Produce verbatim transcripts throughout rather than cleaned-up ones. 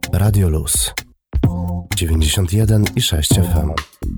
Radio Luz dziewięćdziesiąt jeden i sześć F M.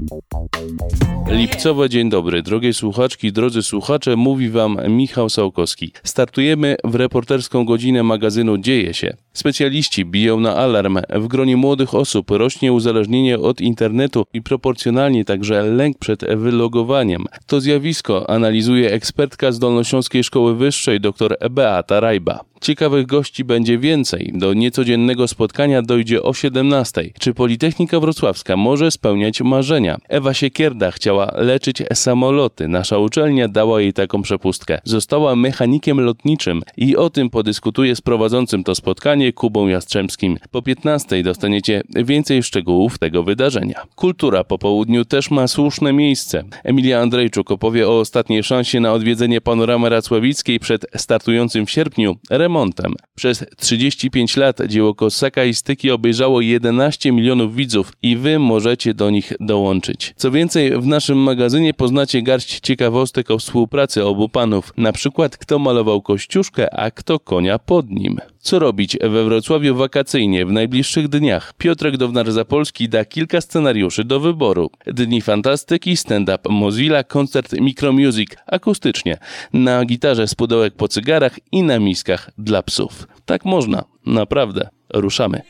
Lipcowe dzień dobry, drogie słuchaczki, drodzy słuchacze, mówi wam Michał Sałkowski. Startujemy w reporterską godzinę magazynu Dzieje się. Specjaliści biją na alarm. W gronie młodych osób rośnie uzależnienie od internetu i proporcjonalnie także lęk przed wylogowaniem. To zjawisko analizuje ekspertka z Dolnośląskiej Szkoły Wyższej dr Beata Rajba. Ciekawych gości będzie więcej. Do niecodziennego spotkania dojdzie o siedemnastej. Czy Politechnika Wrocławska może spełniać marzenia? Ewa Siekierda chciała leczyć samoloty. Nasza uczelnia dała jej taką przepustkę. Została mechanikiem lotniczym i o tym podyskutuje z prowadzącym to spotkanie Kubą Jastrzębskim. Po piętnastej dostaniecie więcej szczegółów tego wydarzenia. Kultura po południu też ma słuszne miejsce. Emilia Andrejczuk opowie o ostatniej szansie na odwiedzenie Panoramy Racławickiej przed startującym w sierpniu remontem. Przez trzydzieści pięć lat dzieło Kossaka i Styki obejrzało jedenaście milionów widzów i wy możecie do nich dołączyć. Co więcej, w naszym magazynie poznacie garść ciekawostek o współpracy obu panów. Na przykład kto malował Kościuszkę, a kto konia pod nim. Co robić we Wrocławiu wakacyjnie w najbliższych dniach? Piotrek Downar-Zapolski da kilka scenariuszy do wyboru. Dni fantastyki, stand-up Mozilla, koncert Micromusic akustycznie. Na gitarze z pudełek po cygarach i na miskach dla psów. Tak można, naprawdę. Ruszamy.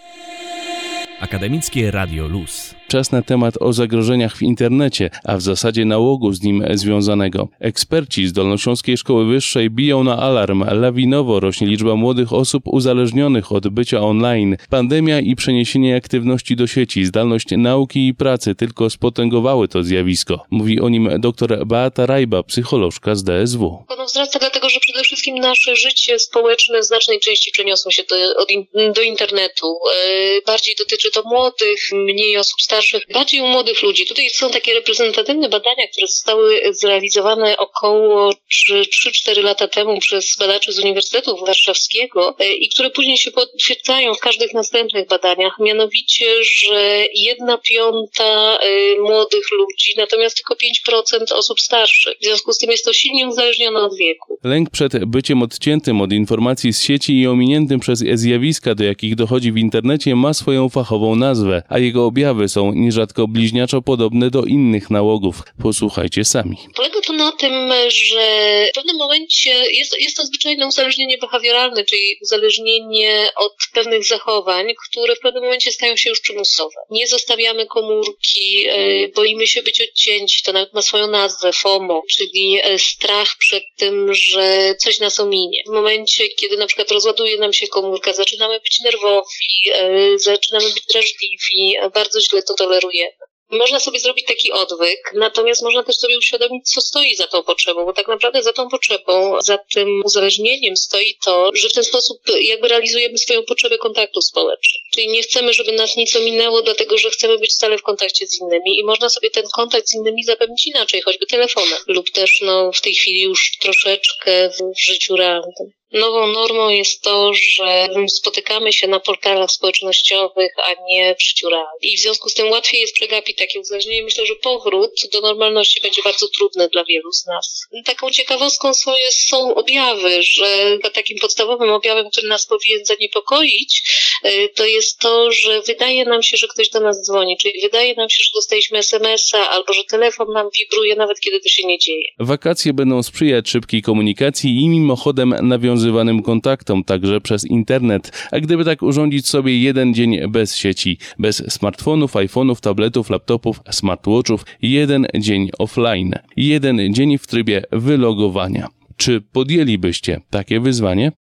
Akademickie Radio Luz. Czas na temat o zagrożeniach w internecie, a w zasadzie nałogu z nim związanego. Eksperci z Dolnośląskiej Szkoły Wyższej biją na alarm. Lawinowo rośnie liczba młodych osób uzależnionych od bycia online. Pandemia i przeniesienie aktywności do sieci, zdalność nauki i pracy tylko spotęgowały to zjawisko. Mówi o nim dr Beata Rajba, psycholożka z D S W. Ono wzrasta dlatego, że przede wszystkim nasze życie społeczne w znacznej części przeniosło się do, od in, do internetu. Yy, bardziej dotyczy to młodych, mniej osób starszych, bardziej u młodych ludzi. Tutaj są takie reprezentatywne badania, które zostały zrealizowane około trzy cztery lata temu przez badaczy z Uniwersytetu Warszawskiego i które później się potwierdzają w każdych następnych badaniach. Mianowicie, że jedna piąta młodych ludzi, natomiast tylko pięć procent osób starszych. W związku z tym jest to silnie uzależnione od wieku. Lęk przed byciem odciętym od informacji z sieci i ominiętym przez zjawiska, do jakich dochodzi w internecie, ma swoją fachową nazwę, a jego objawy są nierzadko bliźniaczo podobne do innych nałogów. Posłuchajcie sami. Polega to na tym, że w pewnym momencie jest, jest to zwyczajne uzależnienie behawioralne, czyli uzależnienie od pewnych zachowań, które w pewnym momencie stają się już przymusowe. Nie zostawiamy komórki, boimy się być odcięci, to nawet ma swoją nazwę FOMO, czyli strach przed tym, że coś nas ominie. W momencie, kiedy na przykład rozładuje nam się komórka, zaczynamy być nerwowi, zaczynamy być drażliwi, bardzo źle to tolerujemy. Można sobie zrobić taki odwyk, natomiast można też sobie uświadomić, co stoi za tą potrzebą, bo tak naprawdę za tą potrzebą, za tym uzależnieniem stoi to, że w ten sposób jakby realizujemy swoją potrzebę kontaktu społecznych. Czyli nie chcemy, żeby nas nic ominęło, dlatego że chcemy być stale w kontakcie z innymi i można sobie ten kontakt z innymi zapewnić inaczej, choćby telefonem lub też no, w tej chwili już troszeczkę w życiu realnym. Nową normą jest to, że spotykamy się na portalach społecznościowych, a nie w życiu realnym. I w związku z tym łatwiej jest przegapić takie uzależnienie. Myślę, że powrót do normalności będzie bardzo trudny dla wielu z nas. Taką ciekawostką są, jest, są objawy, że takim podstawowym objawem, który nas powinien zaniepokoić, to jest to, że wydaje nam się, że ktoś do nas dzwoni. Czyli wydaje nam się, że dostaliśmy es em es a albo że telefon nam wibruje, nawet kiedy to się nie dzieje. Wakacje będą sprzyjać szybkiej komunikacji i mimochodem nawiązywać kontaktom także przez internet, a gdyby tak urządzić sobie jeden dzień bez sieci, bez smartfonów, iPhone'ów, tabletów, laptopów, smartwatchów, jeden dzień offline, jeden dzień w trybie wylogowania. Czy podjęlibyście takie wyzwanie?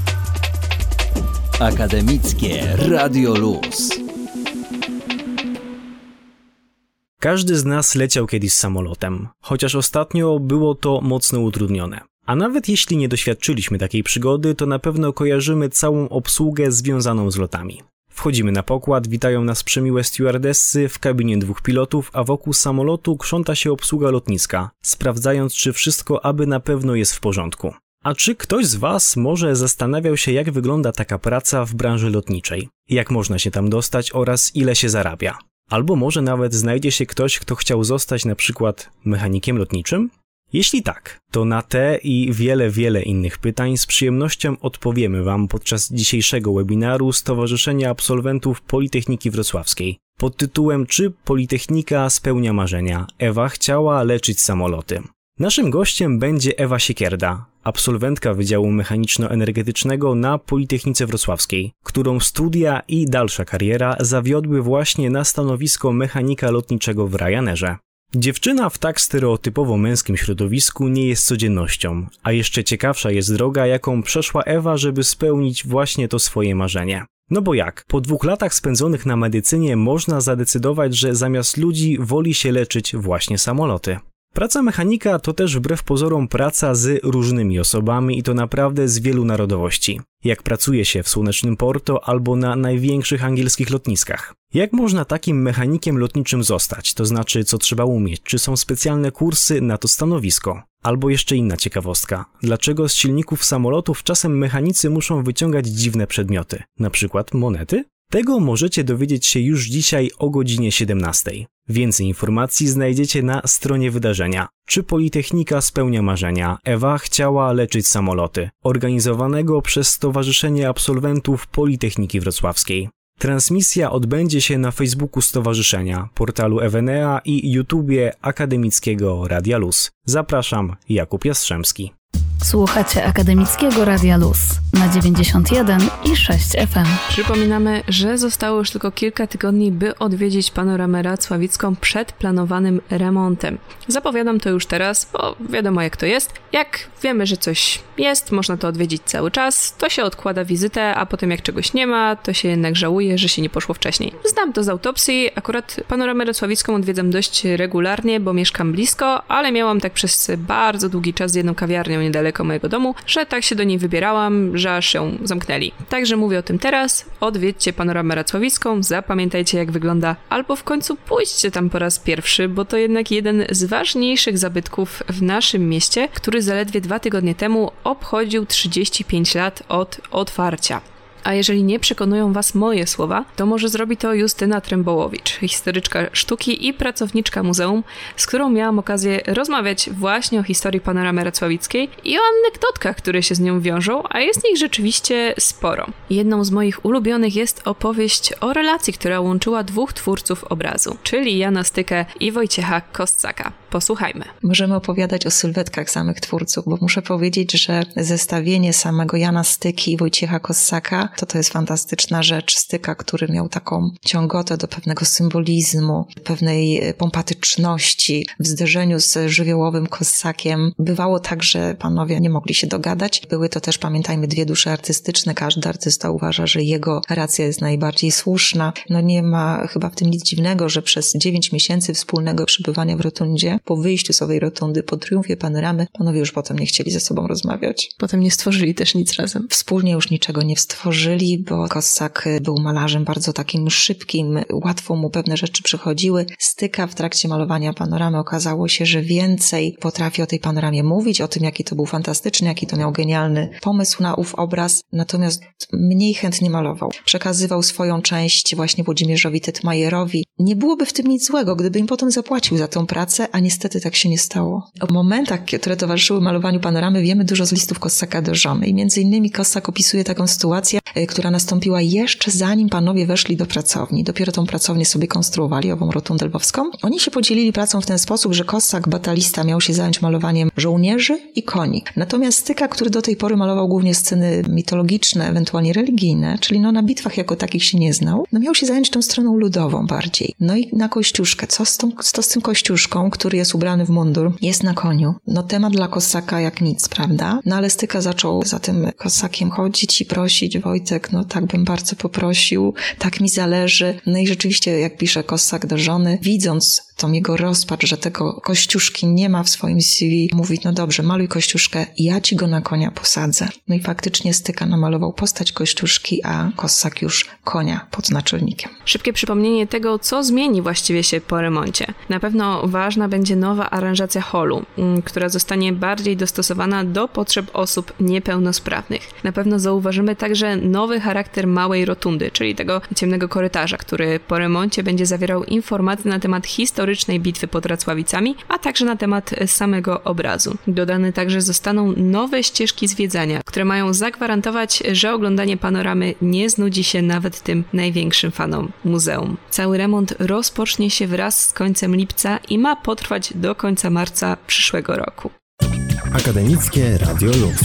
Akademickie Radio Luz. Każdy z nas leciał kiedyś samolotem, chociaż ostatnio było to mocno utrudnione. A nawet jeśli nie doświadczyliśmy takiej przygody, to na pewno kojarzymy całą obsługę związaną z lotami. Wchodzimy na pokład, witają nas przemiłe stewardessy, w kabinie dwóch pilotów, a wokół samolotu krząta się obsługa lotniska, sprawdzając, czy wszystko aby na pewno jest w porządku. A czy ktoś z Was może zastanawiał się, jak wygląda taka praca w branży lotniczej? Jak można się tam dostać oraz ile się zarabia? Albo może nawet znajdzie się ktoś, kto chciał zostać na przykład mechanikiem lotniczym? Jeśli tak, to na te i wiele, wiele innych pytań z przyjemnością odpowiemy Wam podczas dzisiejszego webinaru Stowarzyszenia Absolwentów Politechniki Wrocławskiej pod tytułem Czy Politechnika spełnia marzenia? Ewa chciała leczyć samoloty. Naszym gościem będzie Ewa Siekierda, absolwentka Wydziału Mechaniczno-Energetycznego na Politechnice Wrocławskiej, którą studia i dalsza kariera zawiodły właśnie na stanowisko mechanika lotniczego w Ryanerze. Dziewczyna w tak stereotypowo męskim środowisku nie jest codziennością, a jeszcze ciekawsza jest droga, jaką przeszła Ewa, żeby spełnić właśnie to swoje marzenie. No bo jak? Po dwóch latach spędzonych na medycynie można zadecydować, że zamiast ludzi woli się leczyć właśnie samoloty. Praca mechanika to też wbrew pozorom praca z różnymi osobami i to naprawdę z wielu narodowości. Jak pracuje się w słonecznym Porto albo na największych angielskich lotniskach. Jak można takim mechanikiem lotniczym zostać? To znaczy, co trzeba umieć? Czy są specjalne kursy na to stanowisko? Albo jeszcze inna ciekawostka. Dlaczego z silników samolotów czasem mechanicy muszą wyciągać dziwne przedmioty? Na przykład monety? Tego możecie dowiedzieć się już dzisiaj o godzinie siedemnastej. Więcej informacji znajdziecie na stronie wydarzenia. Czy Politechnika spełnia marzenia? Ewa chciała leczyć samoloty. Organizowanego przez Stowarzyszenie Absolwentów Politechniki Wrocławskiej. Transmisja odbędzie się na Facebooku Stowarzyszenia, portalu Ewenea i YouTubie Akademickiego Radia Luz. Zapraszam, Jakub Jastrzębski. Słuchacie Akademickiego Radia Luz na dziewięćdziesiąt jeden i sześć F M. Przypominamy, że zostało już tylko kilka tygodni, by odwiedzić Panoramę Racławicką przed planowanym remontem. Zapowiadam to już teraz, bo wiadomo jak to jest. Jak wiemy, że coś jest, można to odwiedzić cały czas, to się odkłada wizytę, a potem jak czegoś nie ma, to się jednak żałuje, że się nie poszło wcześniej. Znam to z autopsji, akurat Panoramę Racławicką odwiedzam dość regularnie, bo mieszkam blisko, ale miałam tak przez bardzo długi czas z jedną kawiarnią niedaleko mojego domu, że tak się do niej wybierałam, że aż ją zamknęli. Także mówię o tym teraz, odwiedźcie Panoramę Racławicką, zapamiętajcie jak wygląda, albo w końcu pójdźcie tam po raz pierwszy, bo to jednak jeden z ważniejszych zabytków w naszym mieście, który zaledwie dwa tygodnie temu obchodził trzydzieści pięć lat od otwarcia. A jeżeli nie przekonują Was moje słowa, to może zrobi to Justyna Trębołowicz, historyczka sztuki i pracowniczka muzeum, z którą miałam okazję rozmawiać właśnie o historii Panoramy Racławickiej i o anegdotkach, które się z nią wiążą, a jest ich rzeczywiście sporo. Jedną z moich ulubionych jest opowieść o relacji, która łączyła dwóch twórców obrazu, czyli Jana Stykę i Wojciecha Kossaka. Posłuchajmy. Możemy opowiadać o sylwetkach samych twórców, bo muszę powiedzieć, że zestawienie samego Jana Styki i Wojciecha Kossaka to to jest fantastyczna rzecz. Styka, który miał taką ciągotę do pewnego symbolizmu, pewnej pompatyczności w zderzeniu z żywiołowym Kossakiem. Bywało tak, że panowie nie mogli się dogadać. Były to też, pamiętajmy, dwie dusze artystyczne. Każdy artysta uważa, że jego racja jest najbardziej słuszna. No nie ma chyba w tym nic dziwnego, że przez dziewięć miesięcy wspólnego przebywania w rotundzie, po wyjściu z owej rotundy, po triumfie Panoramy, panowie już potem nie chcieli ze sobą rozmawiać. Potem nie stworzyli też nic razem. Wspólnie już niczego nie stworzyli, bo Kossak był malarzem bardzo takim szybkim, łatwo mu pewne rzeczy przychodziły. Styka w trakcie malowania Panoramy okazało się, że więcej potrafi o tej Panoramie mówić, o tym, jaki to był fantastyczny, jaki to miał genialny pomysł na ów obraz, natomiast mniej chętnie malował. Przekazywał swoją część właśnie Włodzimierzowi Tytmajerowi. Nie byłoby w tym nic złego, gdyby im potem zapłacił za tę pracę, a niestety tak się nie stało. O momentach, które towarzyszyły malowaniu Panoramy, wiemy dużo z listów Kossaka do żony i między innymi Kossak opisuje taką sytuację, która nastąpiła jeszcze zanim panowie weszli do pracowni. Dopiero tą pracownię sobie konstruowali, ową rotundę lwowską. Oni się podzielili pracą w ten sposób, że Kossak, batalista, miał się zająć malowaniem żołnierzy i koni. Natomiast Styka, który do tej pory malował głównie sceny mitologiczne, ewentualnie religijne, czyli no na bitwach jako takich się nie znał, no miał się zająć tą stroną ludową bardziej. No i na Kościuszkę. Co z, tą, co z tym Kościuszką, który jest ubrany w mundur, jest na koniu? No temat dla Kossaka jak nic, prawda? No ale Styka zaczął za tym Kossakiem chodzić i prosić: Wojtek, no tak bym bardzo poprosił, tak mi zależy. No i rzeczywiście, jak pisze Kossak do żony, widząc tą jego rozpacz, że tego Kościuszki nie ma w swoim C V, mówi: no dobrze, maluj Kościuszkę, ja ci go na konia posadzę. No i faktycznie Styka namalował postać Kościuszki, a Kossak już konia pod naczelnikiem. Szybkie przypomnienie tego, co zmieni właściwie się po remoncie. Na pewno ważna będzie nowa aranżacja holu, która zostanie bardziej dostosowana do potrzeb osób niepełnosprawnych. Na pewno zauważymy także nowy charakter małej rotundy, czyli tego ciemnego korytarza, który po remoncie będzie zawierał informacje na temat historii historycznej bitwy pod Racławicami, a także na temat samego obrazu. Dodane także zostaną nowe ścieżki zwiedzania, które mają zagwarantować, że oglądanie panoramy nie znudzi się nawet tym największym fanom muzeum. Cały remont rozpocznie się wraz z końcem lipca i ma potrwać do końca marca przyszłego roku. Akademickie Radio Luz.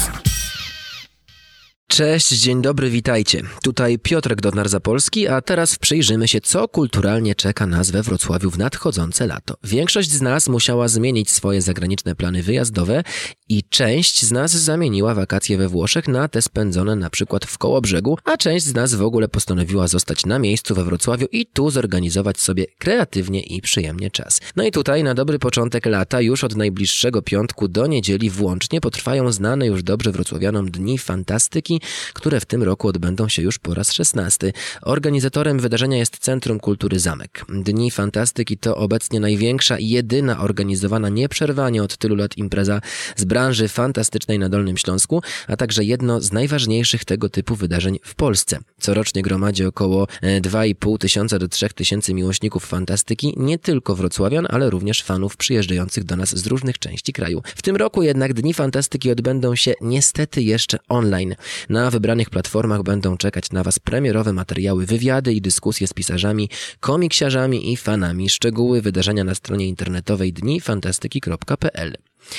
Cześć, dzień dobry, witajcie. Tutaj Piotrek Dodnar-Zapolski, a teraz przyjrzymy się, co kulturalnie czeka nas we Wrocławiu w nadchodzące lato. Większość z nas musiała zmienić swoje zagraniczne plany wyjazdowe i część z nas zamieniła wakacje we Włoszech na te spędzone na przykład w Kołobrzegu, a część z nas w ogóle postanowiła zostać na miejscu we Wrocławiu i tu zorganizować sobie kreatywnie i przyjemnie czas. No i tutaj na dobry początek lata, już od najbliższego piątku do niedzieli włącznie potrwają znane już dobrze wrocławianom Dni Fantastyki, które w tym roku odbędą się już po raz szesnasty. Organizatorem wydarzenia jest Centrum Kultury Zamek. Dni Fantastyki to obecnie największa i jedyna organizowana nieprzerwanie od tylu lat impreza z branży fantastycznej na Dolnym Śląsku, a także jedno z najważniejszych tego typu wydarzeń w Polsce. Corocznie gromadzi około dwa i pół tysiąca do trzech tysięcy miłośników fantastyki, nie tylko wrocławian, ale również fanów przyjeżdżających do nas z różnych części kraju. W tym roku jednak Dni Fantastyki odbędą się niestety jeszcze online. Na wybranych platformach będą czekać na Was premierowe materiały, wywiady i dyskusje z pisarzami, komiksiarzami i fanami. Szczegóły wydarzenia na stronie internetowej dni fantastyki kropka p l.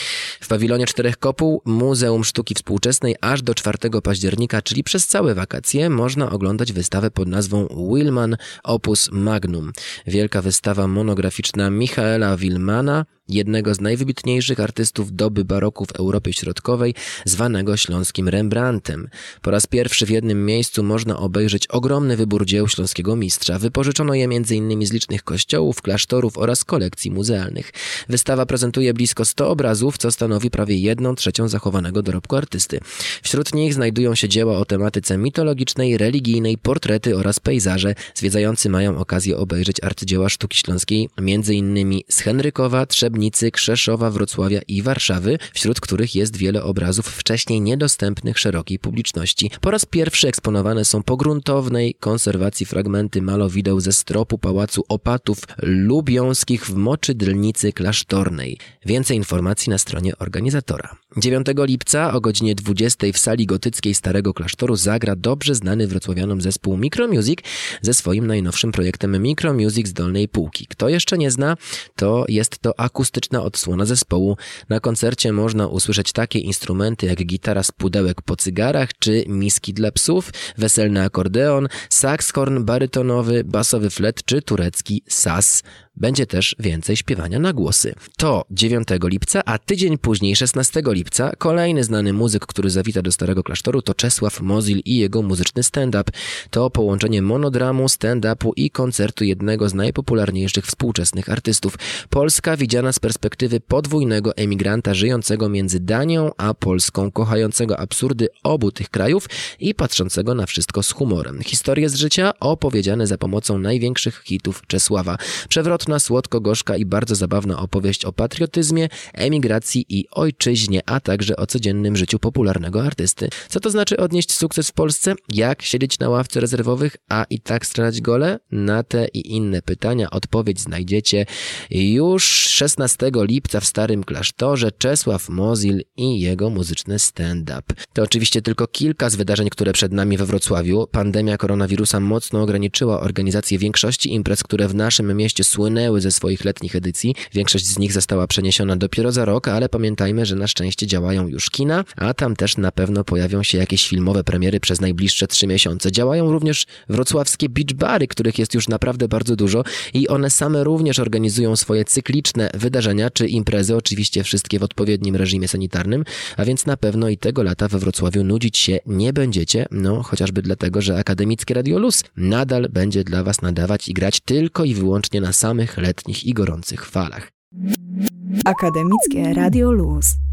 W pawilonie Czterech Kopuł Muzeum Sztuki Współczesnej aż do czwartego października, czyli przez całe wakacje, można oglądać wystawę pod nazwą Willman Opus Magnum. Wielka wystawa monograficzna Michaela Willmana, jednego z najwybitniejszych artystów doby baroku w Europie Środkowej, zwanego śląskim Rembrandtem. Po raz pierwszy w jednym miejscu można obejrzeć ogromny wybór dzieł śląskiego mistrza. Wypożyczono je między innymi z licznych kościołów, klasztorów oraz kolekcji muzealnych. Wystawa prezentuje blisko sto obrazów, co stanowi prawie jedną trzecią zachowanego dorobku artysty. Wśród nich znajdują się dzieła o tematyce mitologicznej, religijnej, portrety oraz pejzaże. Zwiedzający mają okazję obejrzeć arcydzieła sztuki śląskiej, między innymi z Henrykowa, Trzebnicy, Krzeszowa, Wrocławia i Warszawy, wśród których jest wiele obrazów wcześniej niedostępnych szerokiej publiczności. Po raz pierwszy eksponowane są po gruntownej konserwacji fragmenty malowideł ze stropu Pałacu Opatów Lubiąskich w Moczydlnicy Klasztornej. Więcej informacji na stronie organizatora. dziewiątego lipca o godzinie dwudziestej w sali gotyckiej Starego Klasztoru zagra dobrze znany wrocławianom zespół Micromusic ze swoim najnowszym projektem Micromusic z Dolnej Półki. Kto jeszcze nie zna, to jest to akustyczna odsłona zespołu. Na koncercie można usłyszeć takie instrumenty jak gitara z pudełek po cygarach czy miski dla psów, weselny akordeon, sakshorn barytonowy, basowy flet czy turecki saz. Będzie też więcej śpiewania na głosy. To dziewiątego lipca, a tydzień później, szesnastego lipca, kolejny znany muzyk, który zawita do Starego Klasztoru, to Czesław Mozil i jego muzyczny stand-up. To połączenie monodramu, stand-upu i koncertu jednego z najpopularniejszych współczesnych artystów. Polska widziana z perspektywy podwójnego emigranta żyjącego między Danią a Polską, kochającego absurdy obu tych krajów i patrzącego na wszystko z humorem. Historie z życia opowiedziane za pomocą największych hitów Czesława. Przewrotna, słodko-gorzka i bardzo zabawna opowieść o patriotyzmie, emigracji i ojczyźnie, a także o codziennym życiu popularnego artysty. Co to znaczy odnieść sukces w Polsce? Jak siedzieć na ławce rezerwowych, a i tak strzelać gole? Na te i inne pytania odpowiedź znajdziecie już szesnastego lipca w Starym Klasztorze. Czesław Mozil i jego muzyczny stand-up. To oczywiście tylko kilka z wydarzeń, które przed nami we Wrocławiu. Pandemia koronawirusa mocno ograniczyła organizację większości imprez, które w naszym mieście słynęły ze swoich letnich edycji. Większość z nich została przeniesiona dopiero za rok, ale pamiętajmy, że na szczęście działają już kina, a tam też na pewno pojawią się jakieś filmowe premiery przez najbliższe trzy miesiące. Działają również wrocławskie beach bary, których jest już naprawdę bardzo dużo i one same również organizują swoje cykliczne wydarzenia czy imprezy, oczywiście wszystkie w odpowiednim reżimie sanitarnym, a więc na pewno i tego lata we Wrocławiu nudzić się nie będziecie, no chociażby dlatego, że Akademickie Radio Luz nadal będzie dla Was nadawać i grać tylko i wyłącznie na samych letnich i gorących falach. Akademickie Radio Luz.